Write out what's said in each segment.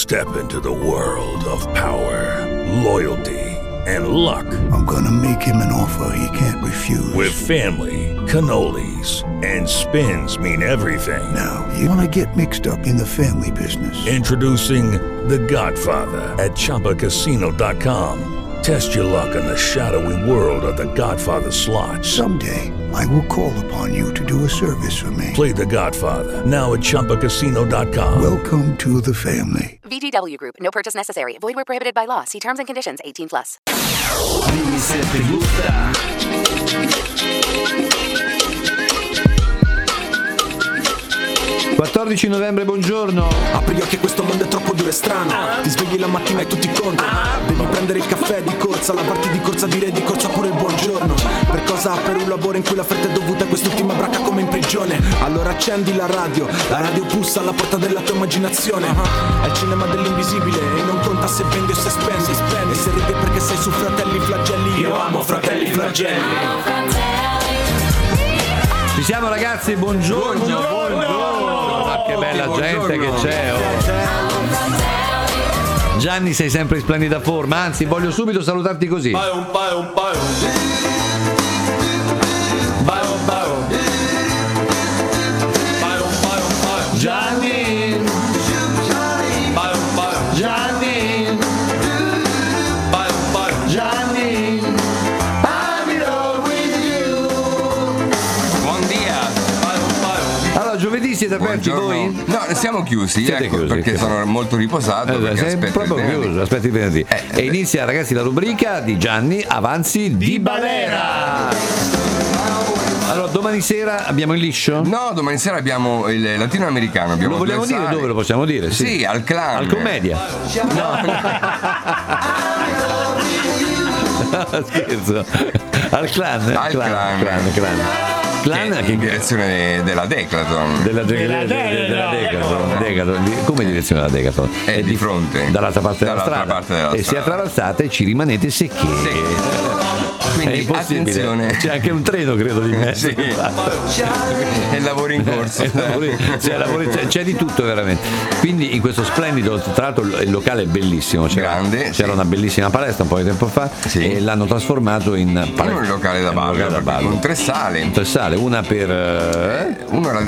Step into the world of power, loyalty, and luck. I'm gonna make him an offer he can't refuse. With family, cannolis, and spins mean everything. Now, you wanna get mixed up in the family business. Introducing The Godfather at ChumbaCasino.com. Test your luck in the shadowy world of The Godfather slot. Someday, I will call upon you to do a service for me. Play The Godfather, now at ChumbaCasino.com. Welcome to the family. VGW Group. No purchase necessary. Void where prohibited by law. See terms and conditions. 18+. Dimmi se ti gusta. 14 novembre, buongiorno. Apri gli occhi, questo mondo è troppo duro e strano. Ti svegli la mattina e tutti contro. Devi prendere il caffè di corsa, lavarti di corsa, dire di corsa pure il buongiorno. Per cosa? Per un lavoro in cui la fretta è dovuta a quest'ultima bracca come in prigione. Allora accendi la radio bussa alla porta della tua immaginazione. È il cinema dell'invisibile e non conta se vendi o se spendi. E se ridi perché sei su Fratelli Flagelli. Io amo Fratelli Flagelli. Ci siamo ragazzi, buongiorno. Ma che bella gente che c'è. Gianni, sei sempre in splendida forma, anzi voglio subito salutarti così. Gianni, giovedì siete aperti voi? No, siamo chiusi, perché sono molto riposato. Sei proprio chiuso, aspetti venerdì. E inizia ragazzi la rubrica di Gianni Avanzi di Balera. Allora, domani sera abbiamo il liscio? No, domani sera abbiamo il latinoamericano. Lo vogliamo dire dove lo possiamo dire? Sì, al Clan. Al Commedia. No, scherzo. Al Clan. Al Clan. Che in direzione della Decathlon. Della Decathlon. Come direzione della Decathlon? È di fronte. Dall'altra parte della strada. E se attraversate e ci rimanete secchi. Quindi attenzione. C'è anche un treno credo di me. Sì. È lavoro in corso. C'è di tutto veramente. Quindi in questo splendido, tra l'altro il locale è bellissimo, grande. C'era una bellissima palestra un po' di tempo fa e l'hanno trasformato in palestra. Un locale da ballo. Con 3 sale. Una per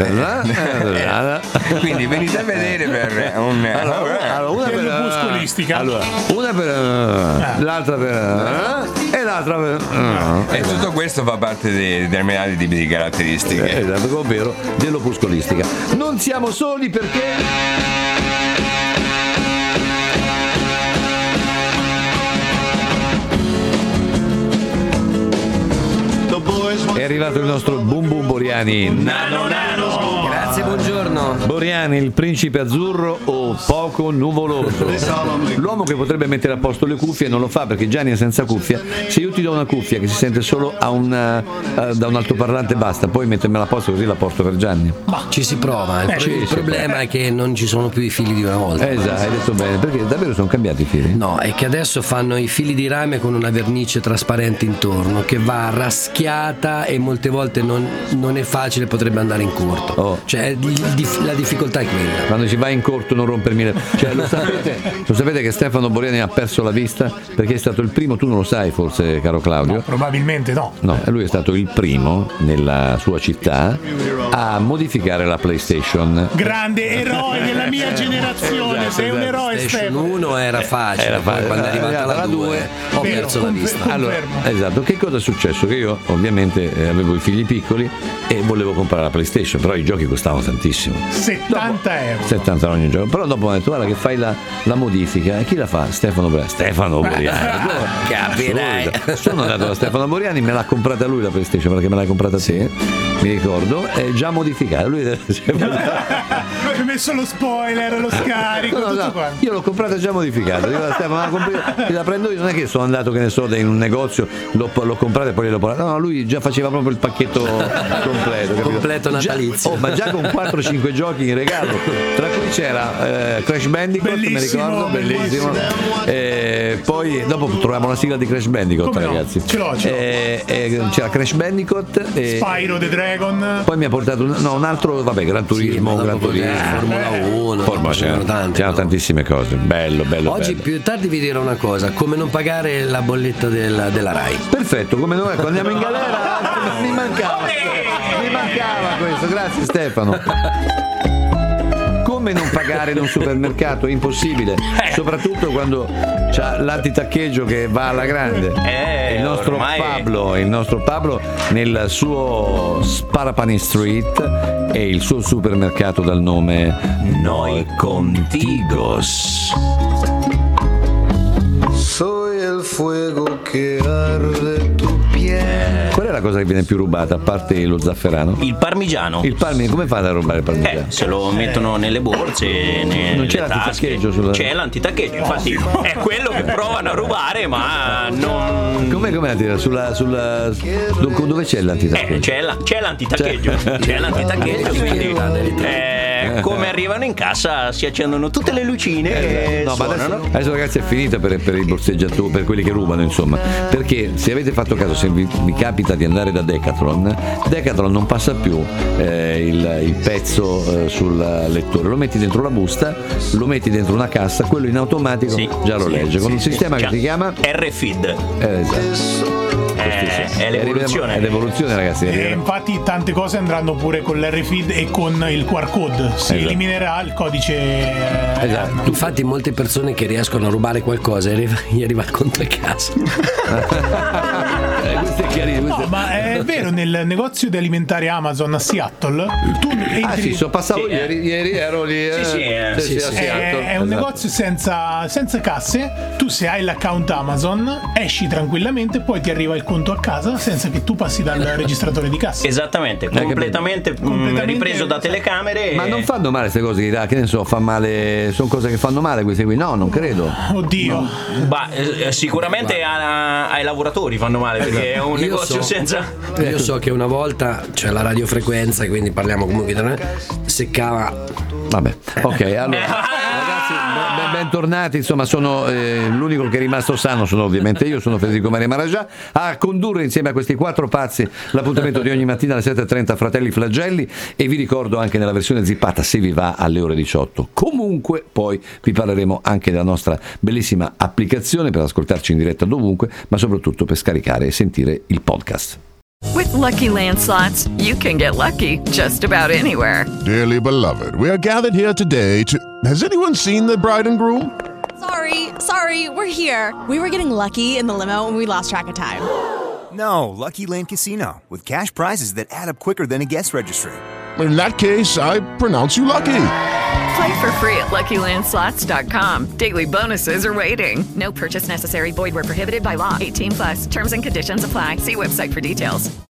quindi venite a vedere per una per muscolistica. Una per l'altra per e l'altra per e tutto questo fa parte dei determinati tipi di caratteristiche, ovvero dell'opuscolistica. Non siamo soli perché è arrivato il nostro Bum Bum Boriani. Nano. Grazie, buongiorno. Boriani, il principe azzurro o poco nuvoloso. L'uomo che potrebbe mettere a posto le cuffie non lo fa perché Gianni è senza cuffia. Se io ti do una cuffia che si sente solo da un altoparlante basta, poi mettermela a posto così la porto per Gianni. Ma ci si prova. Il problema è che non ci sono più i fili di una volta. Esatto, hai detto bene, perché davvero sono cambiati i fili? No, è che adesso fanno i fili di rame con una vernice trasparente intorno che va raschiata e molte volte non è facile, potrebbe andare in corto. Cioè la difficoltà è quella. Quando si va in corto non rompermi le... Cioè, lo sapete che Stefano Boriani ha perso la vista perché è stato il primo, tu non lo sai forse caro Claudio? No, probabilmente no. Lui è stato il primo nella sua città a modificare la PlayStation. Grande eroe della mia generazione, sei un eroe Stefano. 1 era facile, poi quando è arrivata la 2 ho perso la vista. Allora, esatto, che cosa è successo? Che io ovviamente avevo i figli piccoli e volevo comprare la PlayStation, però i giochi costavano tantissimo. 70 euro. 70 euro ogni gioco. Però dopo ho detto guarda che fai la modifica e chi la fa? Stefano Boriani. Capirai. Sono andato da Stefano Boriani, me l'ha comprata lui la PlayStation perché me l'hai comprata te, mi ricordo, è già modificata. Lui hai messo lo spoiler, lo scarico, tutto quanto. Io l'ho comprata già modificata. Dico, Stefano, la prendo io, non è che sono andato che ne so in un negozio, l'ho comprata e poi l'ho portata. No, lui già faceva proprio il pacchetto completo natalizio. Ma già con 4-5 giochi in regalo, tra cui c'era Crash Bandicoot, mi ricordo, bellissimo. Poi dopo troviamo la sigla di Crash Bandicoot, ragazzi. Ce l'ho. C'era Crash Bandicoot, Spyro the Dragon. Poi mi ha portato un altro, Gran Turismo. Formula 1, c'erano tantissime cose. Bello. Oggi più tardi vi dirò una cosa: come non pagare la bolletta della Rai. Perfetto, come noi quando andiamo in galera mi mancava questo. Grazie Stefano. Come non pagare in un supermercato? Impossibile, soprattutto quando c'ha l'antitaccheggio che va alla grande. Il nostro Pablo nel suo Sparapani Street e il suo supermercato dal nome Noi Contigos. Soy el fuego que arde tu piel. Qual è la cosa che viene più rubata a parte lo zafferano? Il parmigiano. Come fate a rubare il parmigiano? Se lo mettono nelle borse, non c'è l'antitaccheggio sulla... C'è l'antitaccheggio, infatti è quello che provano a rubare, ma non. Come la tira? Dove c'è l'antitaccheggio? C'è l'antitaccheggio. C'è l'antitaccheggio, quindi come arrivano in cassa si accendono tutte le lucine e no, suonano. Ma adesso ragazzi è finita per i borseggiatori, per quelli che rubano, insomma, perché se avete fatto caso, se vi capita di andare da Decathlon non passa più il pezzo sul lettore, lo metti dentro la busta, lo metti dentro una cassa, quello in automatico già lo legge con un sistema che si chiama RFID. Esatto. È l'evoluzione. È l'evoluzione, ragazzi. Infatti tante cose andranno pure con l'RFID e con il QR code. Si eliminerà il codice. Esatto. Infatti molte persone che riescono a rubare qualcosa gli arriva il conto a casa. Questo è chiarissimo. No, ma è vero, nel negozio di alimentari Amazon a Seattle tu entri... passavo ieri ero lì. A Seattle. È un negozio senza casse. Tu se hai l'account Amazon esci tranquillamente e poi ti arriva il conto a casa senza che tu passi dal registratore di cassa. Esattamente, completamente ripreso da telecamere. Ma non fanno male queste cose, che ne so, fa male, sono cose che fanno male queste qui? No, non credo. Oddio. Sicuramente ai lavoratori fanno male, perché è un negozio senza. Io so che una volta c'è la radiofrequenza, quindi parliamo comunque seccava. Vabbè, ok, allora ragazzi, bentornati, insomma sono l'unico che è rimasto sano sono ovviamente io, sono Federico Maria Marajà a condurre insieme a questi quattro pazzi l'appuntamento di ogni mattina alle 7:30 Fratelli Flagelli, e vi ricordo anche nella versione zippata, se vi va, alle ore 18. Comunque poi vi parleremo anche della nostra bellissima applicazione per ascoltarci in diretta dovunque, ma soprattutto per scaricare e sentire il podcast. With Lucky Land Slots, you can get lucky just about anywhere. Dearly beloved, we are gathered here today to... Has anyone seen the bride and groom? Sorry, we're here. We were getting lucky in the limo and we lost track of time. No, Lucky Land Casino, with cash prizes that add up quicker than a guest registry. In that case, I pronounce you lucky. Play for free at LuckyLandSlots.com. Daily bonuses are waiting. No purchase necessary. Void where prohibited by law. 18+. Terms and conditions apply. See website for details.